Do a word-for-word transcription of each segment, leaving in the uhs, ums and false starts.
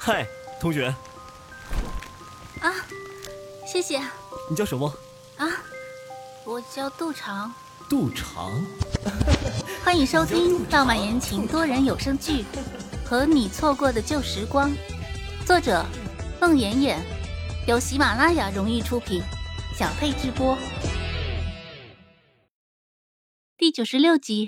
嗨，同学。 啊，谢谢。 你叫什么？ 啊，我叫杜长。 杜长。 欢迎收听浪漫言情多人有声剧《和你错过的旧时光》，作者孟妍妍，由喜马拉雅荣誉出品，小佩制播。第九十六集。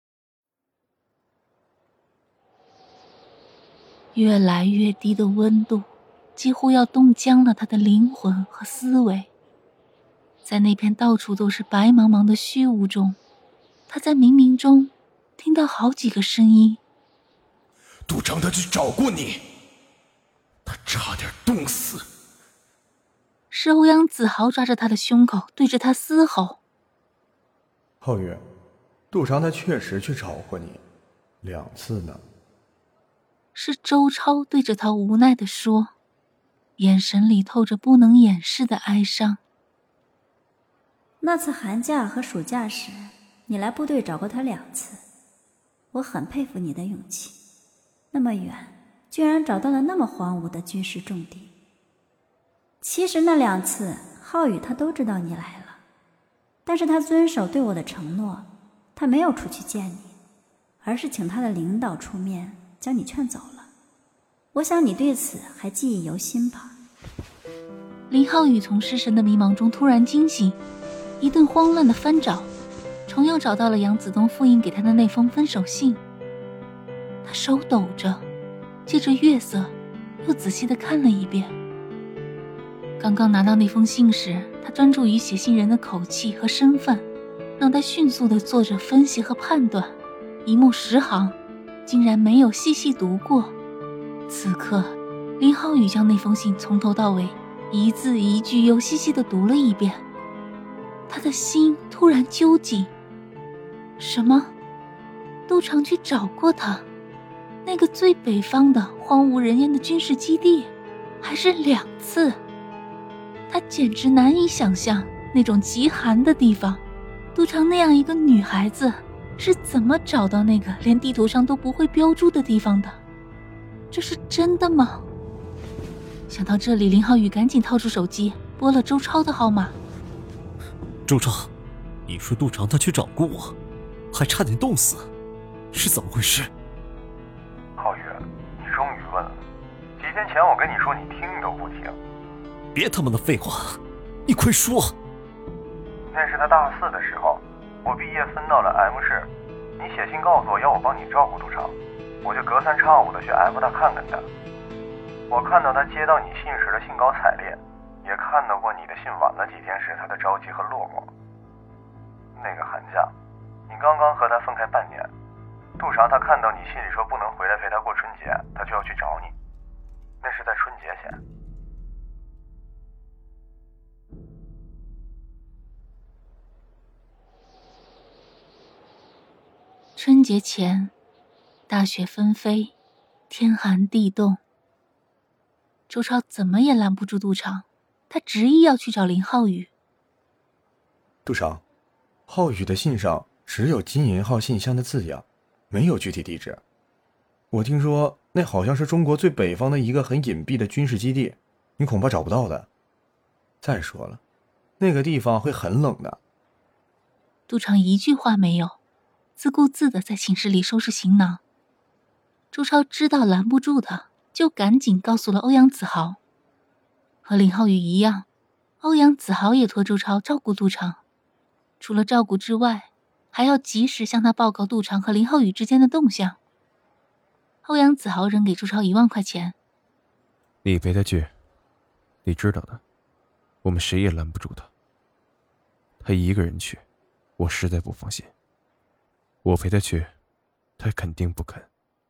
越来越低的温度几乎要冻僵了他的灵魂和思维。在那片到处都是白茫茫的虚无中，他在冥冥中听到好几个声音。 杜长他去找过你，他差点冻死。 是欧阳子豪抓着他的胸口，对着他嘶吼。 浩宇，杜长他确实去找过你，两次呢。 是周超对着他无奈地说，眼神里透着不能掩饰的哀伤。 那次寒假和暑假时，你来部队找过他两次，我很佩服你的勇气。那么远，居然找到了那么荒芜的军事重地。其实那两次，浩宇他都知道你来了，但是他遵守对我的承诺，他没有出去见你，而是请他的领导出面将你劝走了。我想你对此还记忆犹新吧。 林浩宇从失神的迷茫中突然惊醒，一顿慌乱的翻找，重又找到了杨子东复印给他的那封分手信。他手抖着，借着月色又仔细地看了一遍。刚刚拿到那封信时，他专注于写信人的口气和身份，脑袋迅速地做着分析和判断，一目十行，竟然没有细细读过。此刻林浩宇将那封信从头到尾一字一句又细细地读了一遍，他的心突然揪紧。什么？杜长去找过他？那个最北方的荒无人烟的军事基地，还是两次？他简直难以想象那种极寒的地方，杜长那样一个女孩子是怎么找到那个连地图上都不会标注的地方的？这是真的吗？想到这里，林浩宇赶紧掏出手机拨了周超的号码。 周超，你说杜长他去找过我，还差点冻死，是怎么回事？ 浩宇，你终于问了。几天前我跟你说，你听都不听。 别他妈的废话，你快说。 那是他大四的时候，我毕业分到了 M 市，你写信告诉我要我帮你照顾杜长，我就隔三差五的去 M 大看看他。我看到他接到你信时的兴高采烈，也看到过你的信晚了几天时他的着急和落寞。那个寒假，你刚刚和他分开半年，杜长他看到你信里说不能回来陪他过春节，他就要去找你。那是在春节前。 春节前，大雪纷飞，天寒地冻。周超怎么也拦不住杜长，他执意要去找林浩宇。 杜长，浩宇的信上只有金银号信箱的字样，没有具体地址。我听说那好像是中国最北方的一个很隐蔽的军事基地，你恐怕找不到的。再说了，那个地方会很冷的。 杜长一句话没有，自顾自地在寝室里收拾行囊。周超知道拦不住他，就赶紧告诉了欧阳子豪。和林浩宇一样，欧阳子豪也托周超照顾杜长，除了照顾之外，还要及时向他报告杜长和林浩宇之间的动向。欧阳子豪扔给周超一万块钱。 你陪他去，你知道的，我们谁也拦不住他。他一个人去，我实在不放心。我陪他去，他肯定不肯。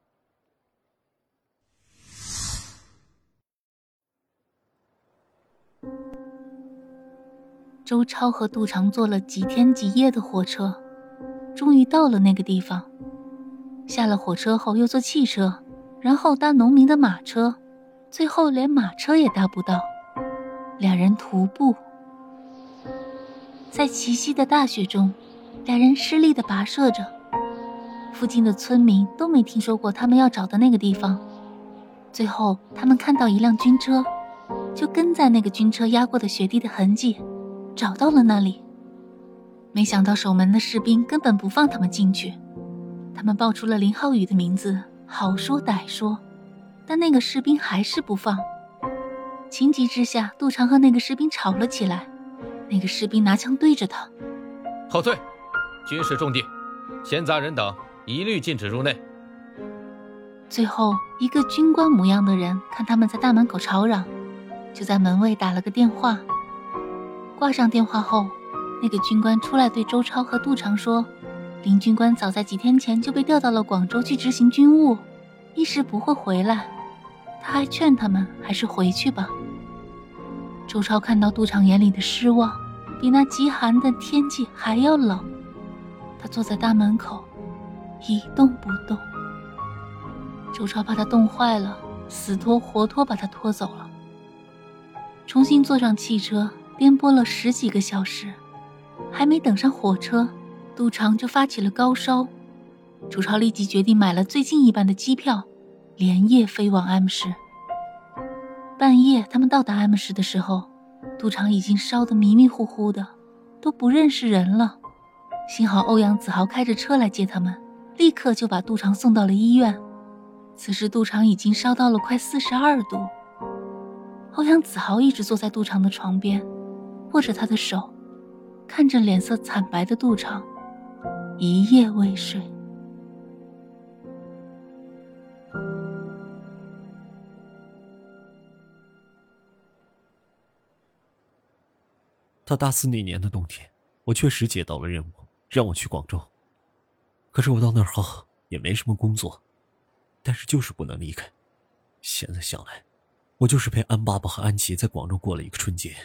周超和杜长坐了几天几夜的火车，终于到了那个地方。下了火车后又坐汽车，然后搭农民的马车，最后连马车也搭不到，两人徒步。在齐膝的大雪中，两人吃力地跋涉着。附近的村民都没听说过他们要找的那个地方， 最后他们看到一辆军车，就跟在那个军车压过的雪地的痕迹，找到了那里。没想到守门的士兵根本不放他们进去，他们报出了林浩宇的名字，好说歹说，但那个士兵还是不放。情急之下，杜长和那个士兵吵了起来，那个士兵拿枪对着他。 后退，军事重地，闲杂人等一律禁止入内。 最后一个军官模样的人看他们在大门口吵嚷，就在门卫打了个电话。挂上电话后，那个军官出来对周超和杜长说，林军官早在几天前就被调到了广州去执行军务，一时不会回来。他还劝他们还是回去吧。周超看到杜长眼里的失望，比那极寒的天气还要冷。他坐在大门口一动不动。周超怕他冻坏了，死拖活拖把他拖走了。重新坐上汽车，颠簸了十几个小时，还没等上火车，杜长就发起了高烧。周超立即决定买了最近一班的机票，连夜飞往 M 市。半夜他们到达 M 市的时候，杜长已经烧得迷迷糊糊的，都不认识人了。幸好欧阳子豪开着车来接他们，立刻就把杜长送到了医院。此时杜长已经烧到了快四十二度。欧阳子豪一直坐在杜长的床边，握着他的手，看着脸色惨白的杜长，一夜未睡。 他大四那年的冬天，我确实接到了任务，让我去广州。可是我到那儿后也没什么工作，但是就是不能离开。现在想来，我就是陪安爸爸和安琪在广州过了一个春节。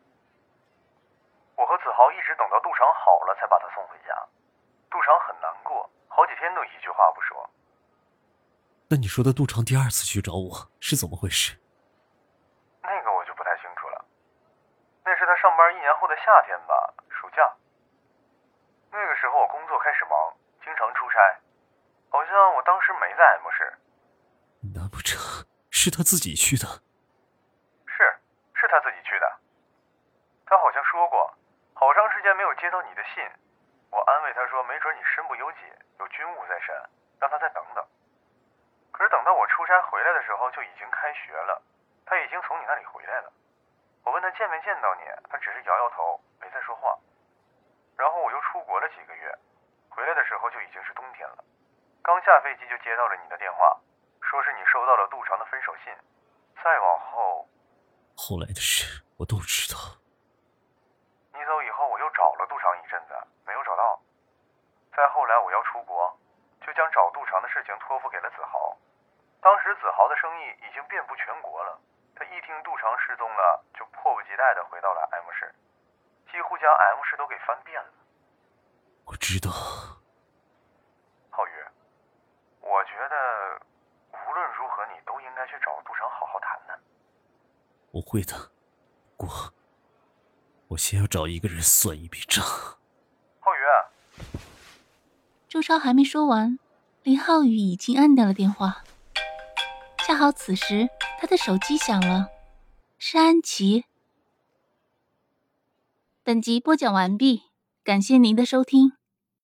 我和子豪一直等到杜长好了才把他送回家，杜长很难过，好几天都一句话不说。 那你说的杜长第二次去找我是怎么回事？ 那个我就不太清楚了。那是他上班一年后的夏天吧，暑假。那个时候我工作开始忙，经常出差，好像我当时没在 M 市。 难不成是他自己去的？ 是，是他自己去的。他好像说过，好长时间没有接到你的信。我安慰他说，没准你身不由己，有军务在身，让他再等等。可是等到我出差回来的时候，就已经开学了，他已经从你那里回来了。我问他见没见到你，他只是摇摇头，没再说话。然后我又出国了几个月，回来的时候就已经是冬天了。刚下飞机就接到了你的电话，说是你收到了杜长的分手信。再往后， 后来的事我都知道。 你走以后，我又找了杜长一阵子，没有找到。再后来我要出国，就将找杜长的事情托付给了子豪。当时子豪的生意已经遍布全国了。他一听杜长失踪了，就迫不及待地回到了 M 市，几乎将 M 市都给翻遍了。 我知道。 浩宇，我觉得无论如何你都应该去找杜长好好谈谈。 我会的，不过我先要找一个人算一笔账。 浩宇， 周超还没说完，林浩宇已经按掉了电话。恰好此时他的手机响了，是安琪。本集播讲完毕，感谢您的收听。